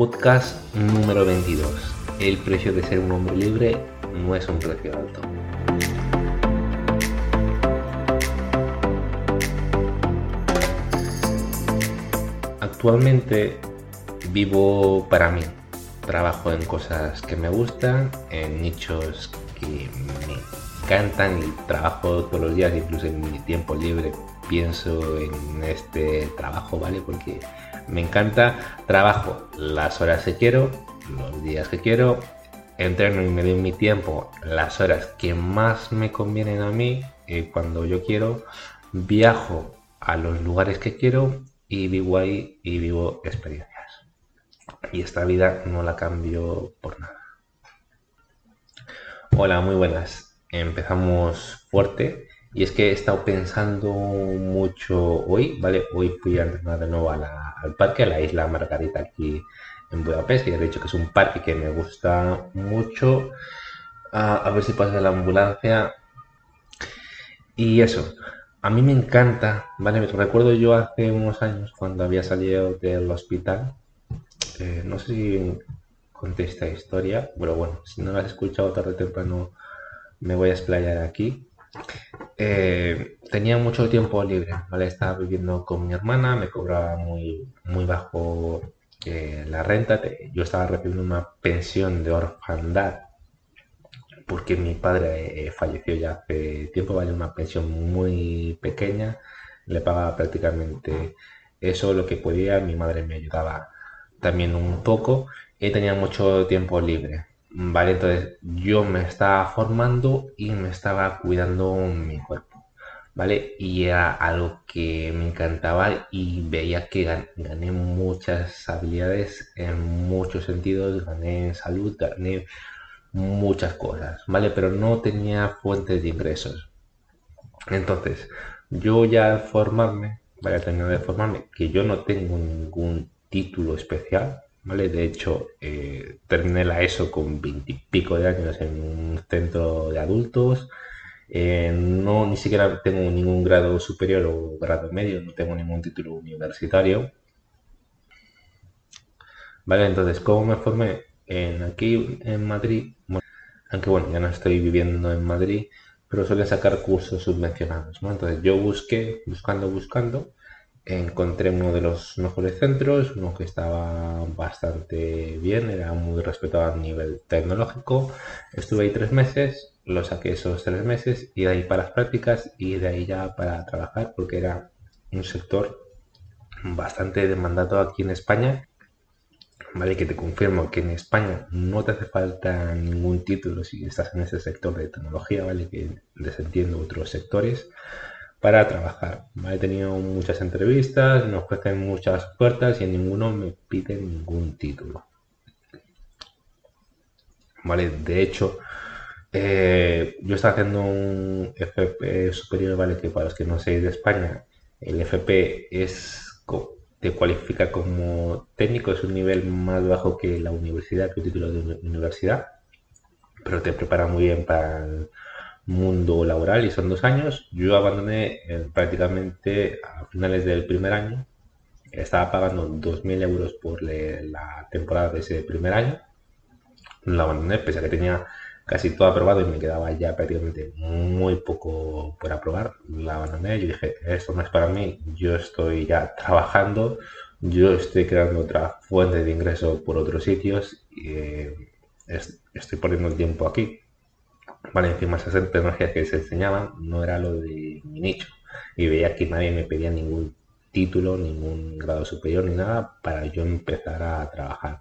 podcast número 22. El precio de ser un hombre libre no es un precio alto. Actualmente vivo para mí. Trabajo en cosas que me gustan, en nichos que me encantan y trabajo todos los días, incluso en mi tiempo libre pienso en este trabajo, ¿vale? Porque me encanta, trabajo las horas que quiero, los días que quiero, entreno y me doy mi tiempo las horas que más me convienen a mí, cuando yo quiero, viajo a los lugares que quiero y vivo ahí y vivo experiencias. Y esta vida no la cambio por nada. Hola, muy buenas. Empezamos fuerte. Y es que he estado pensando mucho hoy, ¿vale? Hoy fui a entrenar de nuevo al parque, a la isla Margarita aquí en Budapest. Y he dicho que es un parque que me gusta mucho. A ver si pasa la ambulancia. Y eso, a mí me encanta, ¿vale? Recuerdo yo hace unos años cuando había salido del hospital. No sé si conté esta historia, pero bueno, si no la has escuchado tarde o temprano me voy a explayar aquí. Tenía mucho tiempo libre, ¿vale? Estaba viviendo con mi hermana, me cobraba muy bajo la renta. Yo estaba recibiendo una pensión de orfandad porque mi padre falleció ya hace tiempo, ¿vale? Una pensión muy pequeña, le pagaba prácticamente eso, lo que podía, mi madre me ayudaba también un poco y tenía mucho tiempo libre, ¿vale? Entonces yo me estaba formando y me estaba cuidando mi cuerpo, ¿vale? Y era algo que me encantaba y veía que gané muchas habilidades en muchos sentidos, gané en salud, gané muchas cosas, ¿vale? Pero no tenía fuentes de ingresos. Entonces, yo ya al formarme, vaya a terminar de formarme, que yo no tengo ningún título especial, ¿vale? De hecho, terminé la ESO con 20 y pico de años en un centro de adultos. No, ni siquiera tengo ningún grado superior o grado medio, no tengo ningún título universitario, ¿vale? Entonces, ¿cómo me formé? Aquí en Madrid, aunque bueno, ya no estoy viviendo en Madrid, pero suelen sacar cursos subvencionados, ¿no? Entonces yo buscando, encontré uno de los mejores centros, uno que estaba bastante bien, era muy respetado a nivel tecnológico. Estuve ahí 3 meses, lo saqué esos 3 meses y de ahí para las prácticas y de ahí ya para trabajar, porque era un sector bastante demandado aquí en España. Vale, que te confirmo que en España no te hace falta ningún título si estás en ese sector de tecnología, ¿vale? Que desentiendo otros sectores para trabajar, ¿vale? He tenido muchas entrevistas, me ofrecen muchas ofertas y en ninguno me piden ningún título, ¿vale? De hecho, yo estaba haciendo un FP superior, ¿vale? Que para los que no seáis de España, el FP te cualifica como técnico, es un nivel más bajo que la universidad, que un título de universidad, pero te prepara muy bien para el mundo laboral y son 2 años. Yo abandoné prácticamente a finales del primer año, estaba pagando 2.000 euros por la temporada de ese primer año, la abandoné pese a que tenía casi todo aprobado y me quedaba ya prácticamente muy poco por aprobar. La abandoné y dije, esto no es para mí, yo estoy ya trabajando, yo estoy creando otra fuente de ingreso por otros sitios y estoy poniendo el tiempo aquí. Vale, encima esas tecnologías que se enseñaban no era lo de mi nicho y veía que nadie me pedía ningún título, ningún grado superior ni nada para yo empezar a trabajar.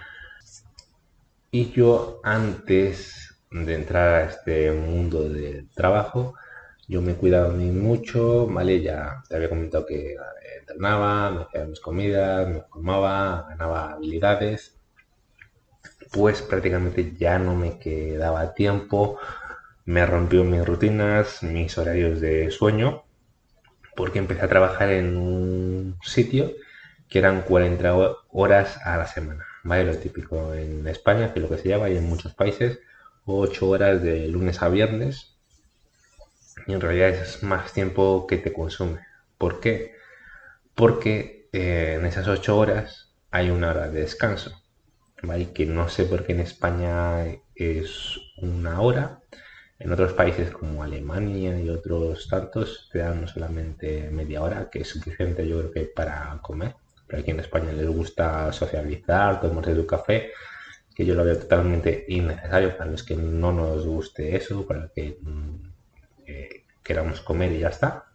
Y yo antes de entrar a este mundo del trabajo, yo me cuidaba a mí mucho, ¿vale? Ya te había comentado que entrenaba, me hacía mis comidas, me formaba, ganaba habilidades, pues prácticamente ya no me quedaba tiempo, me rompió mis rutinas, mis horarios de sueño, porque empecé a trabajar en un sitio que eran 40 horas a la semana, ¿vale? Lo típico en España, que es lo que se llama, y en muchos países, 8 horas de lunes a viernes, y en realidad es más tiempo que te consume. ¿Por qué? Porque en esas 8 horas hay una hora de descanso. ¿vale? Que no sé por qué en España es una hora. En otros países como Alemania y otros tantos te dan solamente media hora, que es suficiente yo creo que para comer. Pero aquí en España les gusta socializar, tomarse su café, que yo lo veo totalmente innecesario para los que no nos guste eso, para los que queramos comer y ya está.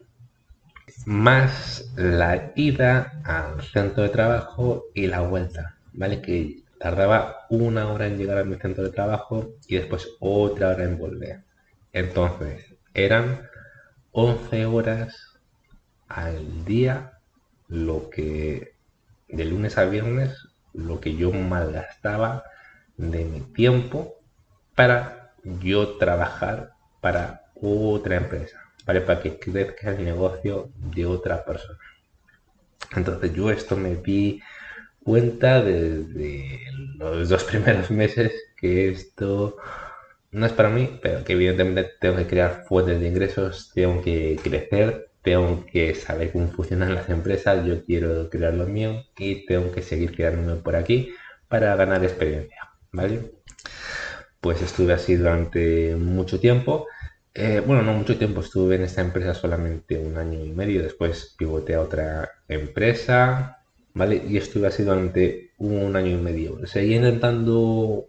Más la ida al centro de trabajo y la vuelta, ¿vale? Que tardaba una hora en llegar a mi centro de trabajo y después otra hora en volver. Entonces, eran 11 horas al día lo que de lunes a viernes lo que yo malgastaba de mi tiempo para yo trabajar para otra empresa, ¿vale? Para que crezca el negocio de otra persona. Entonces yo esto me di cuenta desde los 2 primeros meses que esto no es para mí, pero que evidentemente tengo que crear fuentes de ingresos, tengo que crecer, tengo que saber cómo funcionan las empresas, yo quiero crear lo mío y tengo que seguir quedándome por aquí para ganar experiencia, ¿vale? Pues estuve así durante mucho tiempo. Bueno, no mucho tiempo, estuve en esta empresa solamente un año y medio, después pivoté a otra empresa, ¿vale? Y estuve así durante un año y medio. Seguí intentando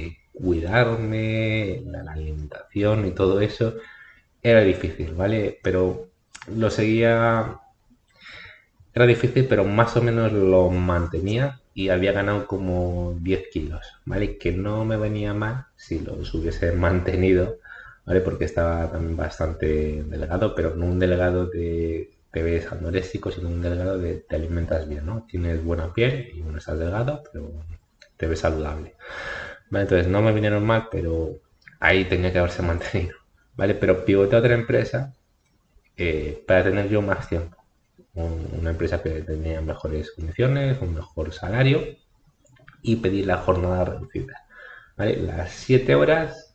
cuidarme, la alimentación y todo eso. Era difícil, ¿vale? Pero lo seguía, era difícil, pero más o menos lo mantenía y había ganado como 10 kilos, ¿vale? Que no me venía mal si los hubiese mantenido, ¿vale? Porque estaba también bastante delgado, pero no un delgado de te ves anoréxico, sino un delgado de te alimentas bien, ¿no? Tienes buena piel y no estás delgado, pero te ves saludable. ¿Vale? Entonces no me vinieron mal, pero ahí tenía que haberse mantenido, ¿vale? Pero pivoté a otra empresa para tener yo más tiempo. Una empresa que tenía mejores condiciones, un mejor salario y pedir la jornada reducida. ¿Vale? Las 7 horas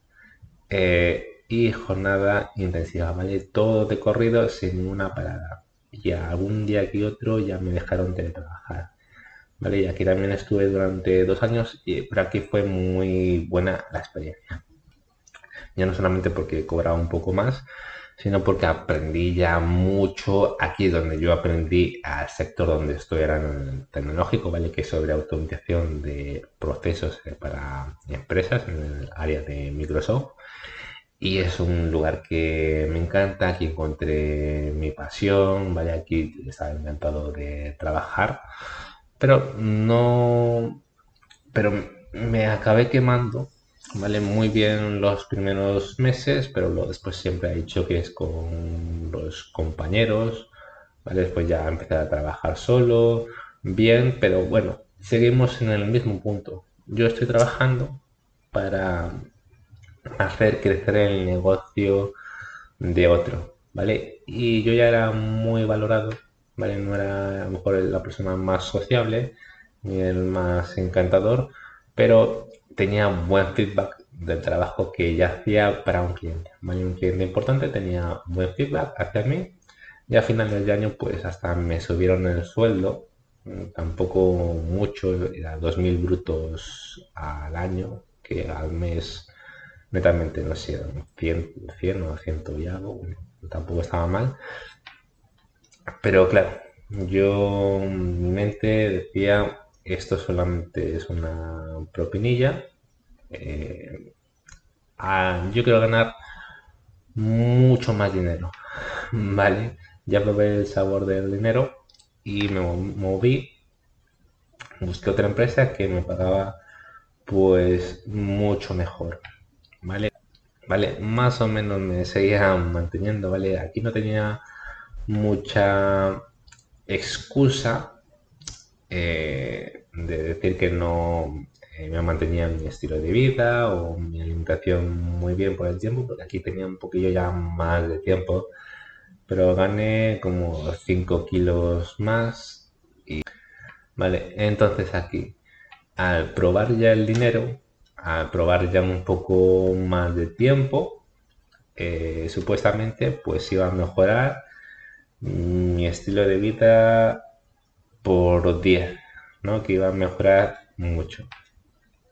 y jornada intensiva, ¿vale? Todo de corrido sin ninguna parada. Y algún día que otro ya me dejaron teletrabajar. ¿Vale? Y aquí también estuve durante 2 años, pero aquí fue muy buena la experiencia. Ya no solamente porque cobraba un poco más, sino porque aprendí ya mucho aquí donde yo aprendí al sector donde estoy era en el tecnológico, ¿vale? Que es sobre automatización de procesos para empresas en el área de Microsoft. Y es un lugar que me encanta, aquí encontré mi pasión, ¿vale? Aquí estaba encantado de trabajar, pero no, pero me acabé quemando, ¿vale? Muy bien los primeros meses, pero luego después siempre hay choques con los compañeros, ¿vale? Después ya empecé a trabajar solo, bien, pero bueno, seguimos en el mismo punto. Yo estoy trabajando para hacer crecer el negocio de otro, ¿vale? Y yo ya era muy valorado, ¿vale? No era a lo mejor la persona más sociable ni el más encantador, pero tenía buen feedback del trabajo que ya hacía para un cliente, ¿vale? Un cliente importante tenía buen feedback hacia mí y a finales de año pues hasta me subieron el sueldo, tampoco mucho, era 2.000 brutos al año, que al mes netamente, no sé, 100 o 100 y algo, bueno, tampoco estaba mal. Pero claro, yo, mi mente decía, esto solamente es una propinilla. eh, yo quiero ganar mucho más dinero, ¿vale? Ya probé el sabor del dinero y me moví, busqué otra empresa que me pagaba pues mucho mejor, ¿vale? Vale, más o menos me seguía manteniendo, ¿vale? Aquí no tenía mucha excusa de decir que no me mantenía mi estilo de vida o mi alimentación muy bien por el tiempo, porque aquí tenía un poquillo ya más de tiempo, pero gané como 5 kilos más. Vale, entonces aquí, al probar ya el dinero, al probar ya un poco más de tiempo, supuestamente pues iba a mejorar mi estilo de vida por 10, ¿no? Que iba a mejorar mucho.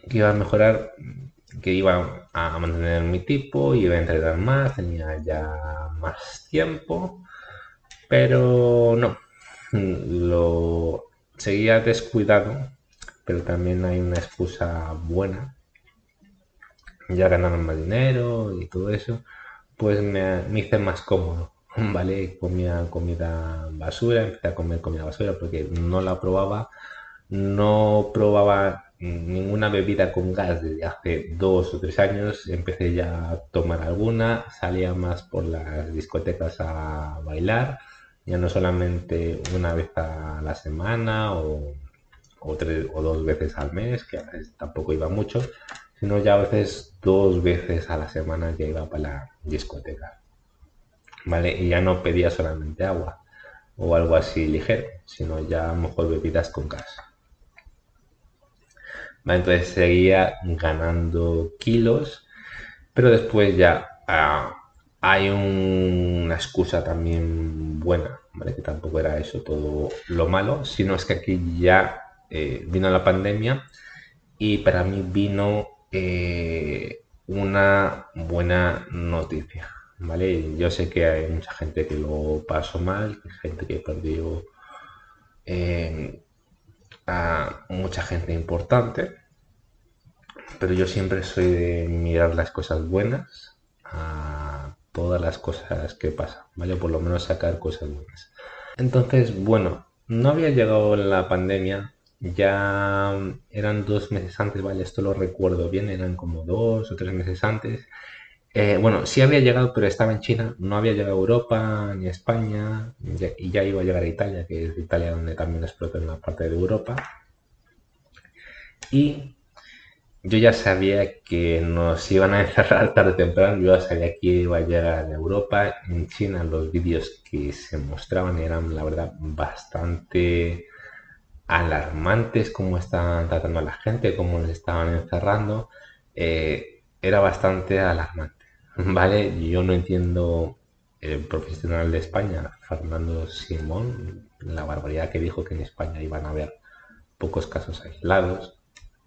que iba a mejorar, que iba a mantener mi tipo, iba a entrenar más, tenía ya más tiempo, pero no, lo seguía descuidado, pero también hay una excusa buena, ya ganaron más dinero y todo eso, pues me hice más cómodo, ¿vale? Comía comida basura, empecé a comer comida basura porque no la probaba, no probaba ninguna bebida con gas desde hace 2 o 3 años, empecé ya a tomar alguna, salía más por las discotecas a bailar, ya no solamente una vez a la semana o 2 veces al mes, que a veces tampoco iba mucho, sino ya a veces 2 veces a la semana que iba para la discoteca, ¿vale? Y ya no pedía solamente agua o algo así ligero, sino ya a lo mejor bebidas con gas. ¿Vale? Entonces seguía ganando kilos, pero después ya hay una excusa también buena, ¿vale? Que tampoco era eso todo lo malo, sino es que aquí ya vino la pandemia y para mí vino una buena noticia, ¿vale? Yo sé que hay mucha gente que lo pasó mal, que hay gente que perdió eh, a mucha gente importante, pero yo siempre soy de mirar las cosas buenas a todas las cosas que pasan, ¿vale? Por lo menos sacar cosas buenas. Entonces, bueno, no había llegado la pandemia, ya eran 2 meses antes, ¿vale? Esto lo recuerdo bien, eran como 2 o 3 meses antes. Bueno, sí había llegado, pero estaba en China, no había llegado a Europa ni a España, y ya iba a llegar a Italia, que es Italia donde también explotó en la parte de Europa. Y yo ya sabía que nos iban a encerrar tarde o temprano, yo ya sabía que iba a llegar a Europa. En China los vídeos que se mostraban eran, la verdad, bastante alarmantes, cómo estaban tratando a la gente, cómo les estaban encerrando. Era bastante alarmante, ¿vale? Yo no entiendo el profesional de España, Fernando Simón, la barbaridad que dijo que en España iban a haber pocos casos aislados,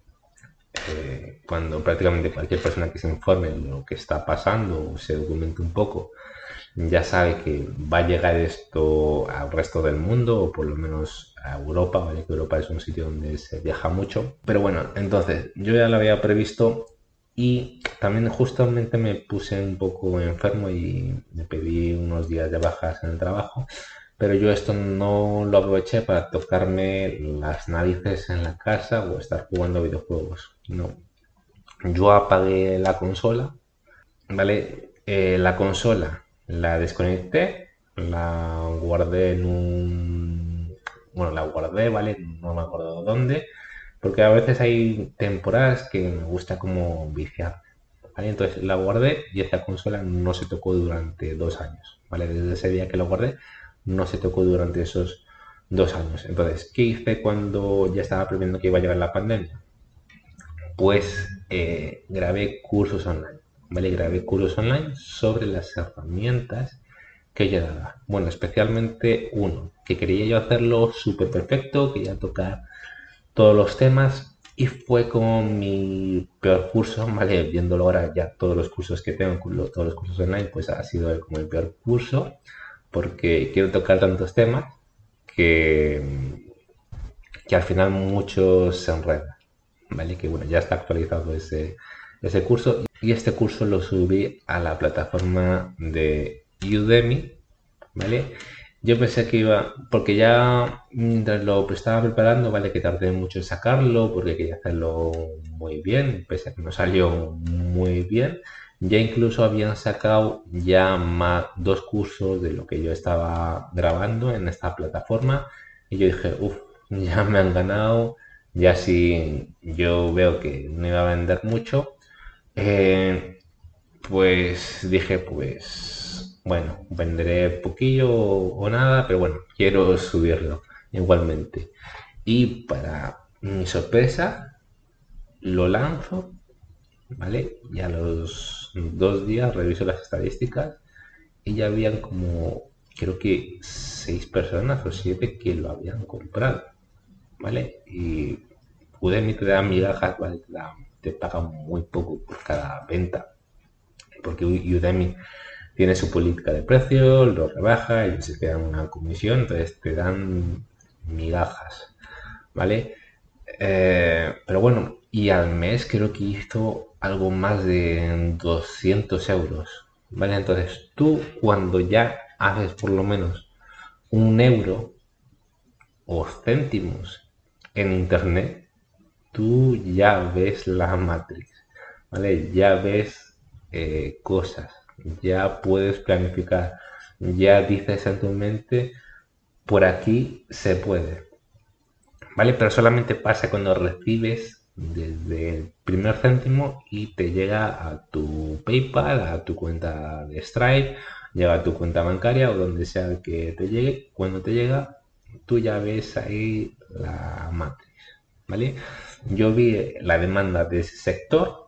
cuando prácticamente cualquier persona que se informe de lo que está pasando o se documente un poco, ya sabe que va a llegar esto al resto del mundo o por lo menos a Europa, ¿vale? Que Europa es un sitio donde se viaja mucho. Pero bueno, entonces yo ya lo había previsto y también justamente me puse un poco enfermo y me pedí unos días de bajas en el trabajo. Pero yo esto no lo aproveché para tocarme las narices en la casa o estar jugando videojuegos. No, yo apagué la consola, ¿vale? La consola la desconecté, la guardé en un... Bueno, la guardé, ¿vale? No me acuerdo dónde, porque a veces hay temporadas que me gusta como viciar, ¿vale? Entonces la guardé y esa consola no se tocó durante 2 años, ¿vale? Desde ese día que la guardé, no se tocó durante esos 2 años. Entonces, ¿qué hice cuando ya estaba previendo que iba a llegar la pandemia? Pues grabé cursos online, ¿vale? Grabé cursos online sobre las herramientas que yo daba. Bueno, especialmente uno, que quería yo hacerlo súper perfecto, quería tocar todos los temas y fue como mi peor curso, ¿vale? Viéndolo ahora ya todos los cursos que tengo, todos los cursos online, pues ha sido como el peor curso porque quiero tocar tantos temas que, que al final muchos se enredan, ¿vale? Que bueno, ya está actualizado ese curso y este curso lo subí a la plataforma de Udemy, ¿vale? Yo pensé que iba, porque ya mientras lo estaba preparando, ¿vale? Que tardé mucho en sacarlo, porque quería hacerlo muy bien, pese a que no salió muy bien. Ya incluso habían sacado ya más, 2 cursos de lo que yo estaba grabando en esta plataforma y yo dije, uff, ya me han ganado, ya si yo veo que no iba a vender mucho, eh, pues dije, pues bueno, venderé poquillo o nada, pero bueno, quiero subirlo igualmente. Y para mi sorpresa, lo lanzo, ¿vale? Y a los 2 días reviso las estadísticas y ya habían como, creo que 6 personas o 7 que lo habían comprado, ¿vale? Y Udemy te da migajas, ¿vale? Te da te pagan muy poco por cada venta, porque Udemy tiene su política de precio, lo rebaja, ellos se quedan una comisión, entonces te dan migajas, ¿vale? Pero bueno, y al mes creo que hizo algo más de 200 euros, ¿vale? Entonces tú cuando ya haces por lo menos 1 euro o céntimos en internet, tú ya ves la Matrix, ¿vale? Ya ves cosas, ya puedes planificar, ya dices en tu mente, por aquí se puede, ¿vale? Pero solamente pasa cuando recibes desde el primer céntimo y te llega a tu PayPal, a tu cuenta de Stripe, llega a tu cuenta bancaria o donde sea que te llegue. Cuando te llega, tú ya ves ahí la matriz, ¿vale? Yo vi la demanda de ese sector,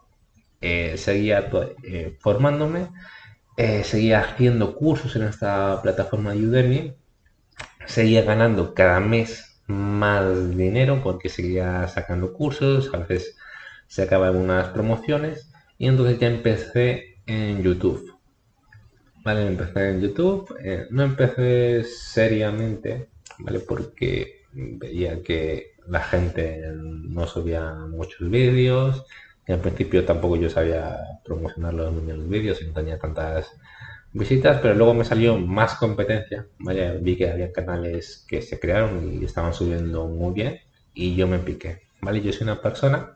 seguía formándome, seguía haciendo cursos en esta plataforma de Udemy, seguía ganando cada mes más dinero porque seguía sacando cursos, a veces sacaba algunas promociones y entonces ya empecé en YouTube. Vale, empecé en YouTube, no empecé seriamente, ¿vale? Porque veía que la gente no subía muchos vídeos, y al principio tampoco yo sabía promocionar los vídeos y no tenía tantas visitas, pero luego me salió más competencia, ¿vale? Vi que había canales que se crearon y estaban subiendo muy bien y yo me piqué, ¿vale? Yo soy una persona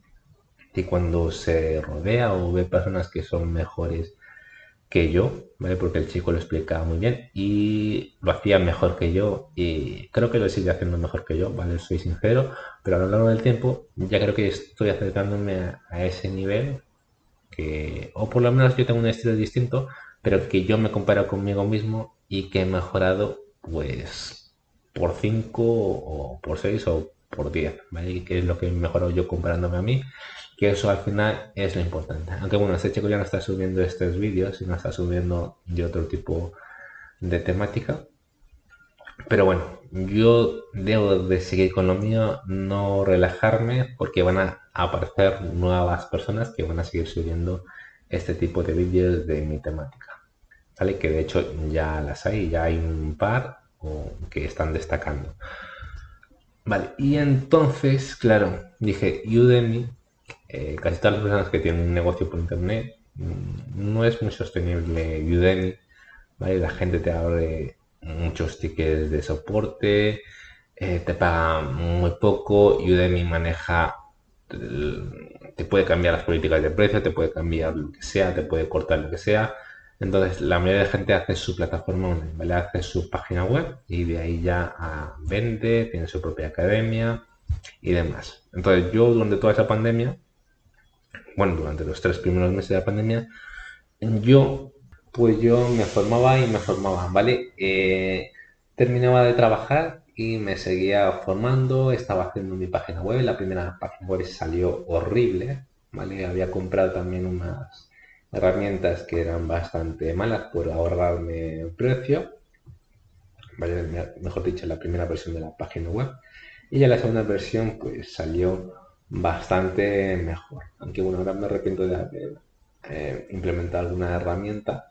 que cuando se rodea o ve personas que son mejores que yo, ¿vale? Porque el chico lo explicaba muy bien y lo hacía mejor que yo y creo que lo sigue haciendo mejor que yo, ¿vale? Soy sincero, pero a lo largo del tiempo ya creo que estoy acercándome a ese nivel que, o por lo menos yo tengo un estilo distinto, pero que yo me comparo conmigo mismo y que he mejorado pues por 5 o por 6 o por 10, ¿vale? Que es lo que he mejorado yo comparándome a mí, que eso al final es lo importante. Aunque bueno, este chico ya no está subiendo estos vídeos, sino está subiendo de otro tipo de temática, pero bueno, yo debo de seguir con lo mío, no relajarme porque van a aparecer nuevas personas que van a seguir subiendo este tipo de vídeos de mi temática. ¿Vale? Que de hecho ya las hay, ya hay un par que están destacando. Vale, y entonces, claro, dije, Udemy, casi todas las personas que tienen un negocio por internet, no es muy sostenible Udemy, ¿vale? La gente te abre muchos tickets de soporte, te paga muy poco, Udemy maneja, te puede cambiar las políticas de precio, te puede cambiar lo que sea, te puede cortar lo que sea. Entonces, la mayoría de gente hace su plataforma online, ¿vale? Hace su página web y de ahí ya vende, tiene su propia academia y demás. Entonces, yo durante toda esa pandemia, bueno, durante los 3 primeros meses de la pandemia, yo, pues yo me formaba y me formaba, ¿vale? Terminaba de trabajar y me seguía formando, estaba haciendo mi página web, la primera página web salió horrible, ¿vale? Había comprado también unas herramientas que eran bastante malas por ahorrarme precio, ¿vale? Mejor dicho, la primera versión de la página web. Y ya la segunda versión pues salió bastante mejor. Aunque bueno, ahora me arrepiento de haber implementado alguna herramienta,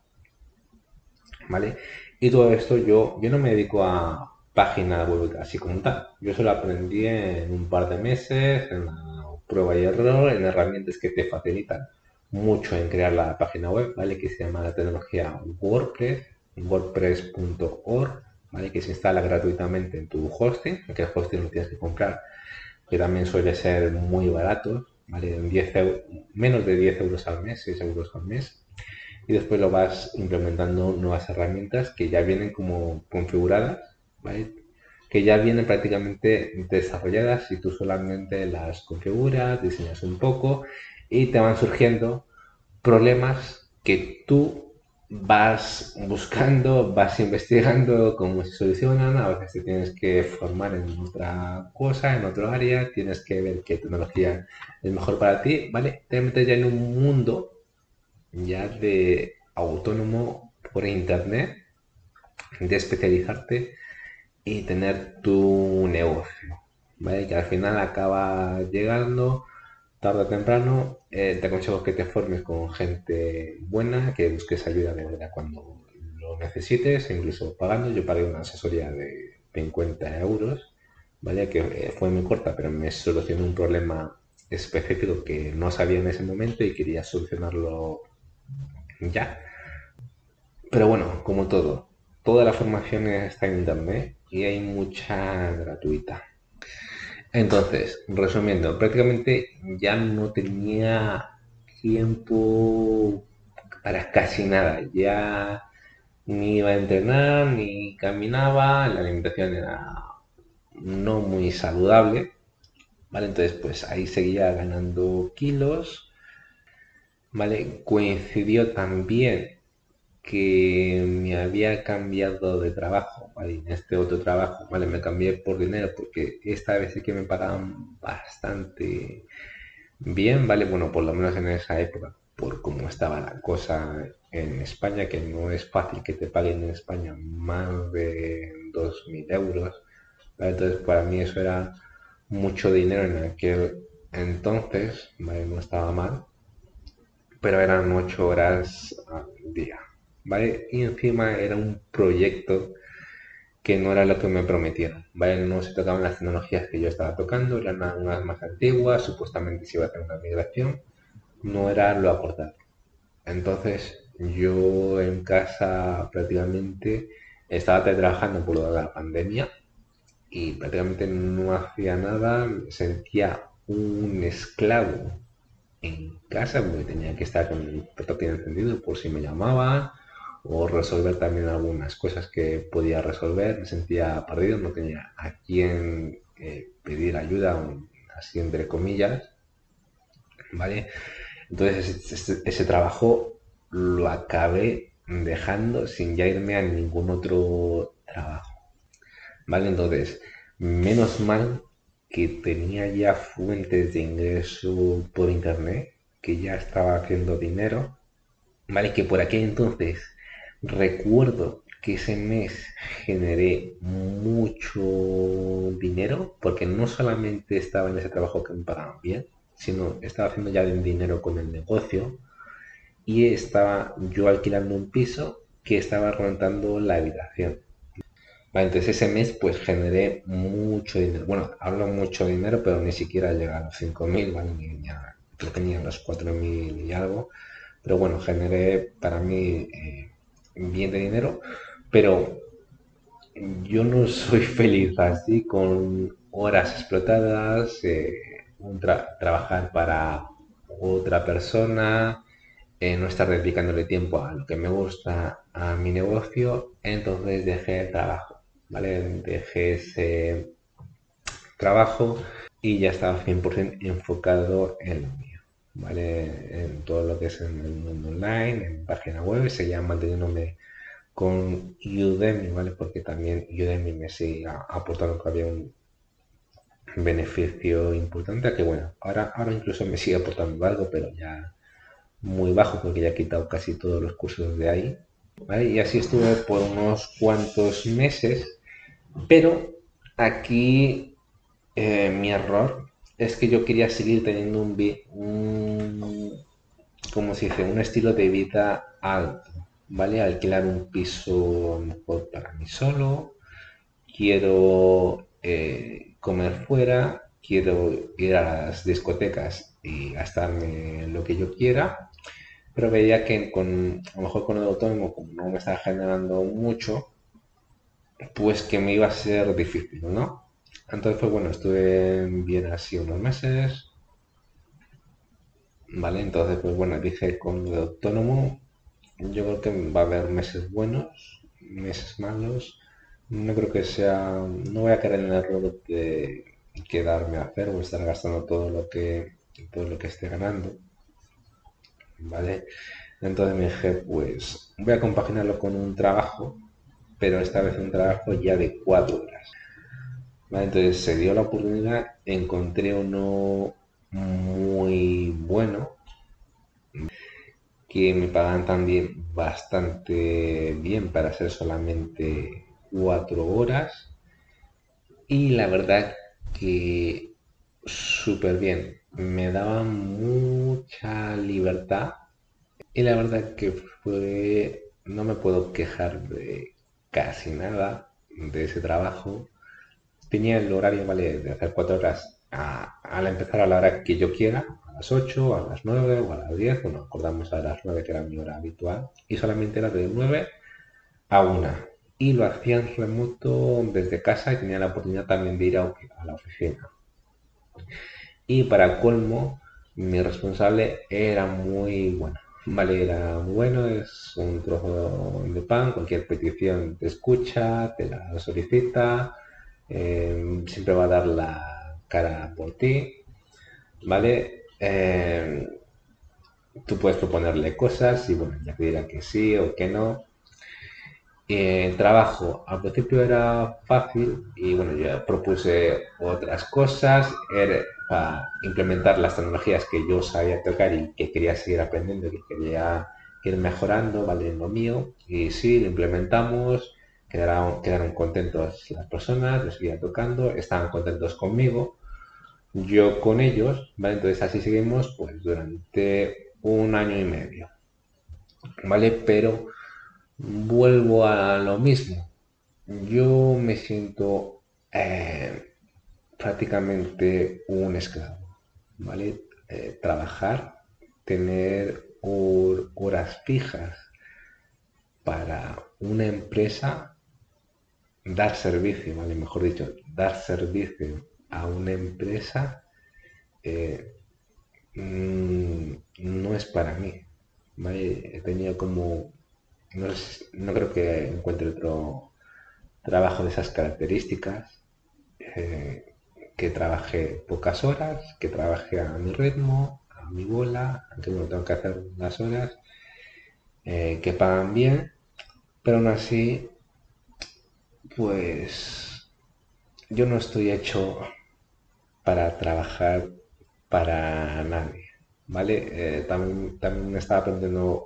¿vale? Y todo esto yo no me dedico a páginas web así como tal. Yo solo aprendí en un par de meses, en la prueba y error, en herramientas que te facilitan mucho en crear la página web, ¿vale? Que se llama la tecnología WordPress, wordpress.org, ¿vale? Que se instala gratuitamente en tu hosting, que el hosting lo tienes que comprar, que también suele ser muy barato, ¿vale? Menos de 10 euros al mes, 6 euros al mes, y después lo vas implementando nuevas herramientas que ya vienen como configuradas, ¿vale? Que ya vienen prácticamente desarrolladas y tú solamente las configuras, diseñas un poco y te van surgiendo problemas que tú vas buscando, vas investigando cómo se solucionan, a veces te tienes que formar en otra cosa, en otro área, tienes que ver qué tecnología es mejor para ti, ¿vale? Te metes ya en un mundo ya de autónomo por internet, de especializarte y tener tu negocio, ¿vale? Que al final acaba llegando tarde o temprano, te aconsejo que te formes con gente buena, que busques ayuda de verdad cuando lo necesites, e incluso pagando. Yo pagué una asesoría de 50 euros, ¿vale? Que fue muy corta, pero me solucionó un problema específico que no sabía en ese momento y quería solucionarlo ya. Pero bueno, como todo, toda la formación está en internet y hay mucha gratuita. Entonces, resumiendo, prácticamente ya no tenía tiempo para casi nada. Ya ni iba a entrenar, ni caminaba, la alimentación era no muy saludable, ¿vale? Entonces, pues ahí seguía ganando kilos, ¿vale? Coincidió también que me había cambiado de trabajo, ¿vale? En este otro trabajo, ¿vale? Me cambié por dinero porque esta vez sí que me pagaban bastante bien, ¿vale? Bueno, por lo menos en esa época, por cómo estaba la cosa en España, que no es fácil que te paguen en España más de 2.000 euros, ¿vale? Entonces, para mí eso era mucho dinero en aquel entonces, ¿vale? No estaba mal, pero eran 8 horas al día, ¿vale? Y encima era un proyecto que no era lo que me prometieron, ¿vale? No se tocaban las tecnologías que yo estaba tocando, eran unas más antiguas, supuestamente se iba a hacer una migración, no era lo acordado. Entonces yo en casa prácticamente estaba trabajando por lo de la pandemia y prácticamente no hacía nada, me sentía un esclavo en casa porque tenía que estar con el portátil encendido por si me llamaban o resolver también algunas cosas que podía resolver. Me sentía perdido, no tenía a quién pedir ayuda, así entre comillas, ¿vale? Entonces ese trabajo lo acabé dejando sin ya irme a ningún otro trabajo, ¿vale? Entonces, menos mal que tenía ya fuentes de ingreso por internet, que ya estaba haciendo dinero, ¿vale? Que por aquel entonces recuerdo que ese mes generé mucho dinero, porque no solamente estaba en ese trabajo que me pagaban bien, sino estaba haciendo ya dinero con el negocio y estaba yo alquilando un piso que estaba rentando la habitación. Vale, entonces ese mes pues generé mucho dinero. Bueno, hablo mucho dinero, pero ni siquiera llega a los 5.000, ¿vale? Creo que ni a los 4.000 y algo. Pero bueno, generé para mí bien de dinero, pero yo no soy feliz así con horas explotadas, trabajar para otra persona, no estar dedicándole tiempo a lo que me gusta, a mi negocio, entonces dejé el trabajo, ¿vale? Dejé ese trabajo y ya estaba 100% enfocado en lo mío, ¿vale? En todo lo que es en el mundo online, en página web, seguía manteniéndome con Udemy, ¿vale? Porque también Udemy me sigue aportando que había un beneficio importante, que bueno, ahora incluso me sigue aportando algo, pero ya muy bajo porque ya he quitado casi todos los cursos de ahí, ¿vale? Y así estuve por unos cuantos meses, pero aquí mi error es que yo quería seguir teniendo ¿cómo se dice? Un estilo de vida alto, ¿vale? Alquilar un piso mejor para mí solo, quiero comer fuera, quiero ir a las discotecas y gastarme lo que yo quiera, pero veía que a lo mejor con el autónomo, como no me estaba generando mucho, pues que me iba a ser difícil, ¿no? Entonces, pues bueno, estuve bien así unos meses, ¿vale? Entonces, pues bueno, dije con el autónomo, yo creo que va a haber meses buenos, meses malos. No creo que sea, no voy a caer en el error de quedarme a hacer o estar gastando todo lo que esté ganando, ¿vale? Entonces me dije, pues voy a compaginarlo con un trabajo, pero esta vez un trabajo ya de 4 horas. ¿Vale? Entonces se dio la oportunidad, encontré uno muy bueno, que me pagan también bastante bien para hacer solamente 4 horas. Y la verdad que súper bien. me daba mucha libertad y la verdad que fue, no me puedo quejar de casi nada de ese trabajo. Tenía el horario, ¿vale? De hacer 4 horas al empezar a la hora que yo quiera, a las 8, a las 9 o a las 10, bueno, acordamos a las 9 que era mi hora habitual, y solamente era de 9 a 1. Y lo hacía en remoto desde casa y tenía la oportunidad también de ir a la oficina. Y para colmo, mi responsable era muy bueno. Vale, era muy bueno, es un trozo de pan, cualquier petición te escucha, te la solicita, siempre va a dar la cara por ti, ¿vale? Tú puedes proponerle cosas y bueno, ya te dirá que sí o que no. El trabajo al principio era fácil y bueno, yo propuse otras cosas para implementar las tecnologías que yo sabía tocar y que quería seguir aprendiendo, que quería ir mejorando, ¿vale? En lo mío. Y sí, lo implementamos, quedaron contentos las personas, lo seguía tocando, estaban contentos conmigo, yo con ellos, ¿vale? Entonces así seguimos pues durante un año y medio, ¿vale? Pero vuelvo a lo mismo. Yo me siento prácticamente un esclavo, ¿vale? Trabajar, tener horas fijas para una empresa, dar servicio, ¿vale? Mejor dicho, dar servicio a una empresa eh, no es para mí, ¿vale? He tenido como, no creo que encuentre otro trabajo de esas características, eh, que trabajé pocas horas, que trabajé a mi ritmo, a mi bola, aunque bueno, tengo que hacer las horas, que pagan bien, pero aún así, pues yo no estoy hecho para trabajar para nadie, ¿vale? También estaba aprendiendo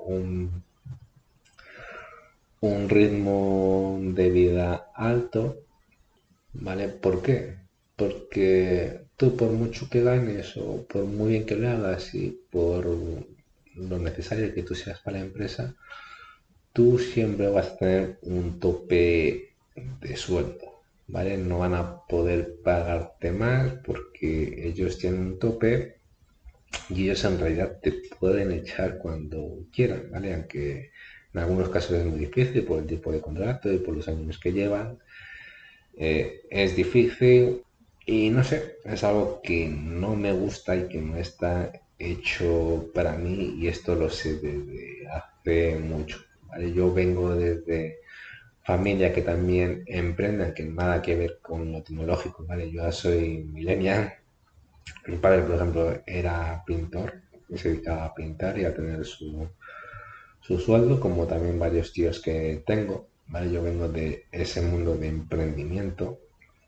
un ritmo de vida alto. ¿Vale? ¿Por qué? Porque tú por mucho que ganes o por muy bien que lo hagas y por lo necesario que tú seas para la empresa, tú siempre vas a tener un tope de sueldo, ¿vale? No van a poder pagarte más porque ellos tienen un tope y ellos en realidad te pueden echar cuando quieran, ¿vale? Aunque en algunos casos es muy difícil por el tipo de contrato y por los años que llevan, es difícil y no sé, es algo que no me gusta y que no está hecho para mí y esto lo sé desde hace mucho, ¿vale? Yo vengo desde familia que también emprenden, que nada que ver con lo tecnológico, ¿vale? Yo ya soy millennial, mi padre, por ejemplo, era pintor, y se dedicaba a pintar y a tener su sueldo, como también varios tíos que tengo, ¿vale? Yo vengo de ese mundo de emprendimiento.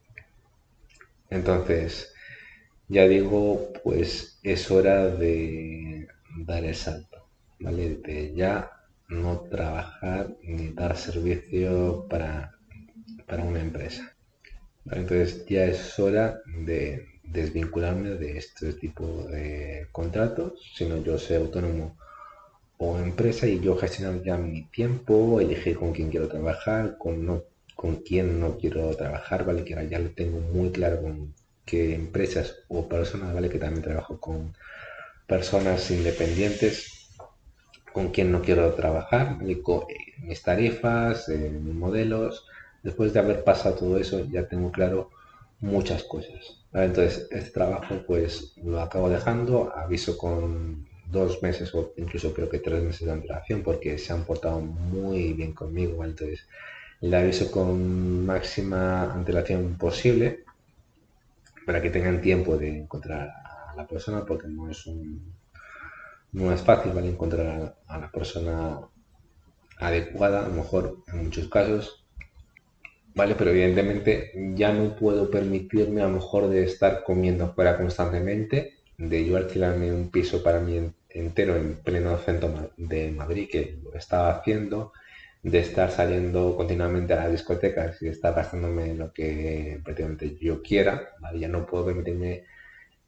Entonces, ya digo, pues es hora de dar el salto, ¿vale? De ya no trabajar ni dar servicio para una empresa, ¿vale? Entonces ya es hora de desvincularme de este tipo de contratos, sino yo soy autónomo o empresa y yo gestionar ya mi tiempo, elegir con quién quiero trabajar, con quién no quiero trabajar, ¿vale? Que ahora ya lo tengo muy claro con qué empresas o personas, ¿vale? Que también trabajo con personas independientes, con quién no quiero trabajar, ¿vale? Mis tarifas, mis modelos. Después de haber pasado todo eso, ya tengo claro muchas cosas, ¿vale? Entonces, este trabajo pues lo acabo dejando, aviso con 2 meses o incluso creo que 3 meses de antelación porque se han portado muy bien conmigo, ¿vale? Entonces, le aviso con máxima antelación posible para que tengan tiempo de encontrar a la persona porque no es fácil, ¿vale? Encontrar a la persona adecuada, a lo mejor en muchos casos, ¿vale? Pero evidentemente ya no puedo permitirme a lo mejor de estar comiendo fuera constantemente, de yo alquilarme un piso para mí entero en pleno centro de Madrid, que lo estaba haciendo, de estar saliendo continuamente a las discotecas y estar gastándome lo que prácticamente yo quiera, ¿vale? Ya no puedo permitirme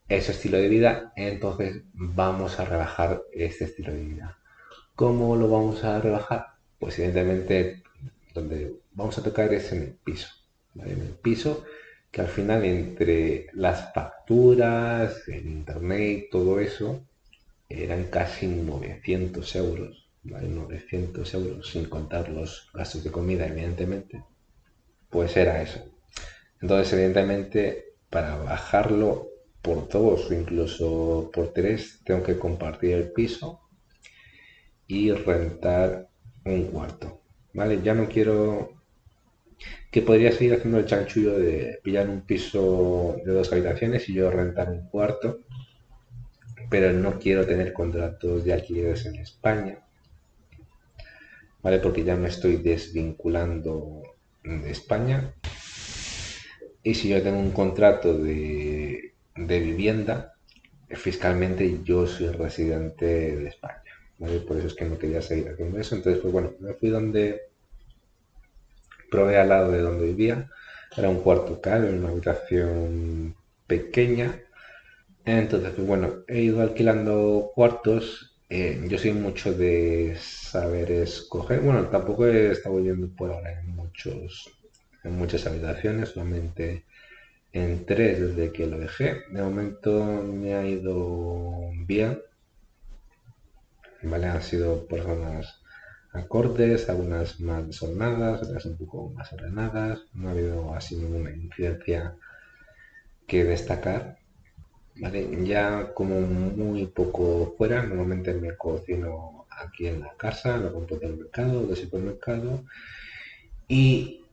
ese estilo de vida, entonces vamos a rebajar este estilo de vida. ¿Cómo lo vamos a rebajar? Pues evidentemente donde vamos a tocar es en el piso, ¿vale? En el piso, que al final entre las facturas, el internet, todo eso, eran casi 900 euros, ¿vale? 900 euros sin contar los gastos de comida, evidentemente, pues era eso. Entonces, evidentemente, para bajarlo por dos o incluso por tres, tengo que compartir el piso y rentar un cuarto, ¿vale? Ya no quiero que podría seguir haciendo el chanchullo de pillar un piso de dos habitaciones y yo rentar un cuarto, pero no quiero tener contratos de alquileres en España, ¿vale? Porque ya me estoy desvinculando de España y si yo tengo un contrato de vivienda, fiscalmente yo soy residente de España, ¿vale? Por eso es que no quería seguir haciendo eso. Entonces, pues bueno, me fui donde probé al lado de donde vivía. Era un cuarto caro, una habitación pequeña. Entonces, pues bueno, he ido alquilando cuartos. Yo soy mucho de saber escoger. Bueno, tampoco he estado yendo por ahora en muchas habitaciones, solamente en tres desde que lo dejé. De momento me ha ido bien, ¿vale? Han sido personas acordes, algunas más desordenadas, otras un poco más ordenadas. No ha habido así ninguna incidencia que destacar. ¿Vale? Ya como muy poco fuera, normalmente me cocino aquí en la casa, lo compro del mercado, del supermercado y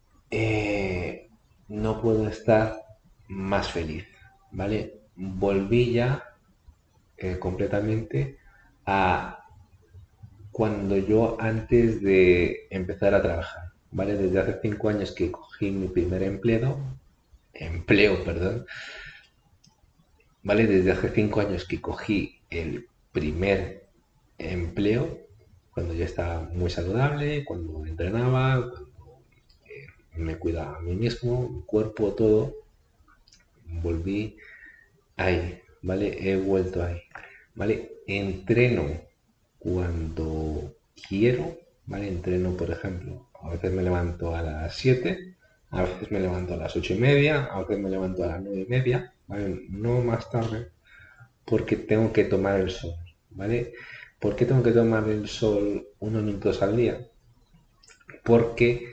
no puedo estar más feliz, ¿vale? Volví ya completamente a cuando yo antes de empezar a trabajar, ¿vale? Desde hace 5 años que cogí mi primer perdón, ¿vale? Desde hace 5 años que cogí el primer empleo, cuando yo estaba muy saludable, cuando entrenaba, cuando me cuidaba a mí mismo, mi cuerpo, todo, volví ahí, ¿vale? He vuelto ahí, ¿vale? Entreno cuando quiero, ¿vale? Entreno, por ejemplo, a veces me levanto a las 7, a veces me levanto a las 8:30, a veces me levanto a las 9:30, ¿vale? No más tarde, porque tengo que tomar el sol, ¿vale? ¿Por qué tengo que tomar el sol unos minutos al día? Porque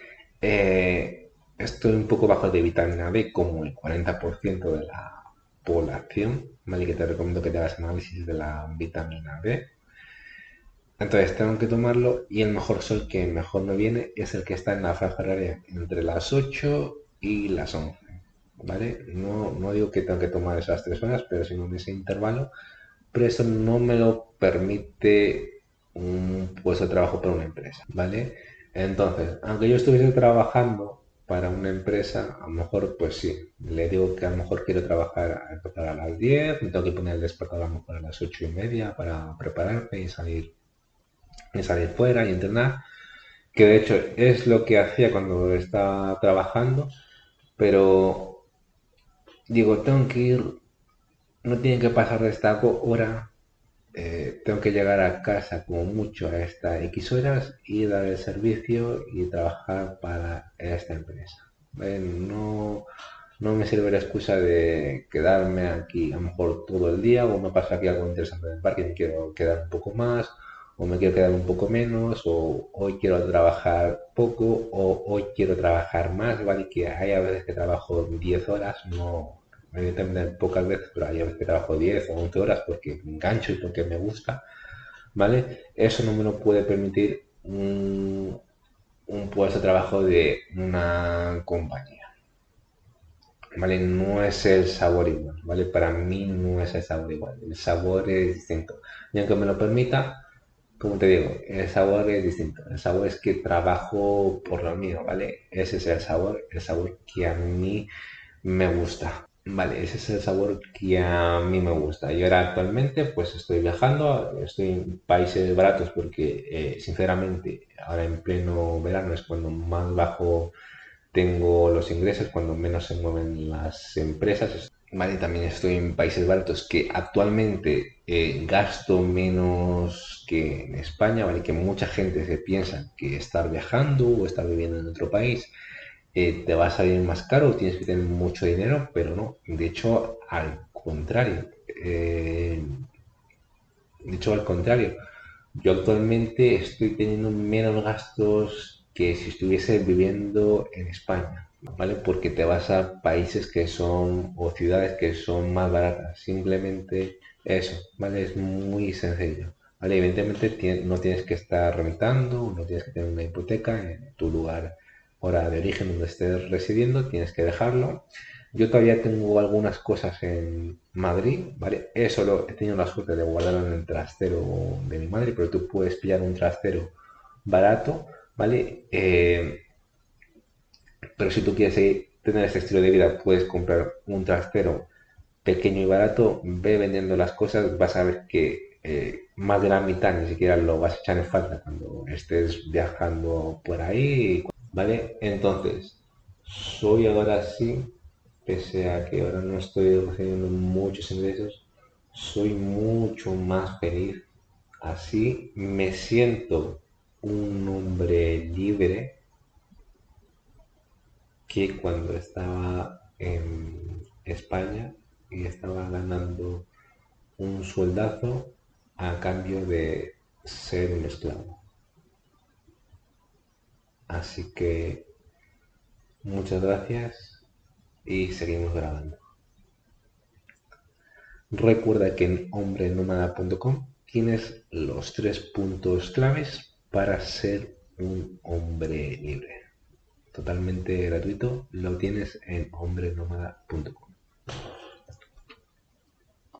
estoy un poco bajo de vitamina D, como el 40% de la población, ¿vale? Que te recomiendo que te hagas análisis de la vitamina D. Entonces tengo que tomarlo y el mejor sol que mejor me viene es el que está en la franja horaria entre las 8 y las 11, ¿vale? No, no digo que tengo que tomar esas 3 horas, pero sino en ese intervalo, pero eso no me lo permite un puesto de trabajo para una empresa, ¿vale? Entonces, aunque yo estuviese trabajando para una empresa, a lo mejor, pues sí, le digo que a lo mejor quiero trabajar, empezar a las 10, me tengo que poner el despertador a lo mejor a las 8:30 para prepararme y salir fuera y entrenar, que de hecho es lo que hacía cuando estaba trabajando, pero digo, tengo que ir, no tienen que pasar de esta hora, tengo que llegar a casa como mucho a estas X horas y dar el servicio y trabajar para esta empresa. ¿Vale? No, no me sirve la excusa de quedarme aquí a lo mejor todo el día o me pasa aquí algo interesante en el parque y me quiero quedar un poco más o me quiero quedar un poco menos o hoy quiero trabajar poco o hoy quiero trabajar más, ¿vale? Que hay a veces que trabajo 10 horas, no, evidentemente pocas veces, pero hay a veces que trabajo 10 o 11 horas porque me engancho y porque me gusta, ¿vale? Eso no me lo puede permitir un puesto de trabajo de una compañía. ¿Vale? No es el sabor igual, ¿vale? Para mí no es el sabor igual, el sabor es distinto. Y aunque me lo permita, como te digo, el sabor es distinto. El sabor es que trabajo por lo mío, ¿vale? Ese es el sabor que a mí me gusta. Vale, ese es el sabor que a mí me gusta. Y ahora actualmente pues estoy viajando, estoy en países baratos porque sinceramente ahora en pleno verano es cuando más bajo tengo los ingresos, cuando menos se mueven las empresas. ¿vale? También estoy en países baratos que actualmente gasto menos que en España, ¿vale? Que mucha gente se piensa que estar viajando o estar viviendo en otro país te va a salir más caro, tienes que tener mucho dinero, pero no. De hecho, al contrario. De hecho, al contrario. Yo actualmente estoy teniendo menos gastos que si estuviese viviendo en España, ¿vale? Porque te vas a países que son, o ciudades que son más baratas. Simplemente eso, ¿vale? Es muy sencillo, ¿vale? Evidentemente no tienes que estar rentando, no tienes que tener una hipoteca en tu lugar ahora de origen donde estés residiendo, tienes que dejarlo. Yo todavía tengo algunas cosas en Madrid, ¿vale? Eso he tenido la suerte de guardarlo en el trastero de mi madre, pero tú puedes pillar un trastero barato, ¿vale? Pero si tú quieres tener ese estilo de vida, puedes comprar un trastero pequeño y barato, ve vendiendo las cosas, vas a ver que más de la mitad ni siquiera lo vas a echar en falta cuando estés viajando por ahí, ¿vale? Entonces, soy ahora sí, pese a que ahora no estoy recibiendo muchos ingresos, soy mucho más feliz. Así me siento un hombre libre que cuando estaba en España y estaba ganando un sueldazo a cambio de ser un esclavo. Así que muchas gracias y seguimos grabando. Recuerda que en hombrenómada.com tienes los 3 puntos claves para ser un hombre libre. Totalmente gratuito, lo tienes en hombrenómada.com.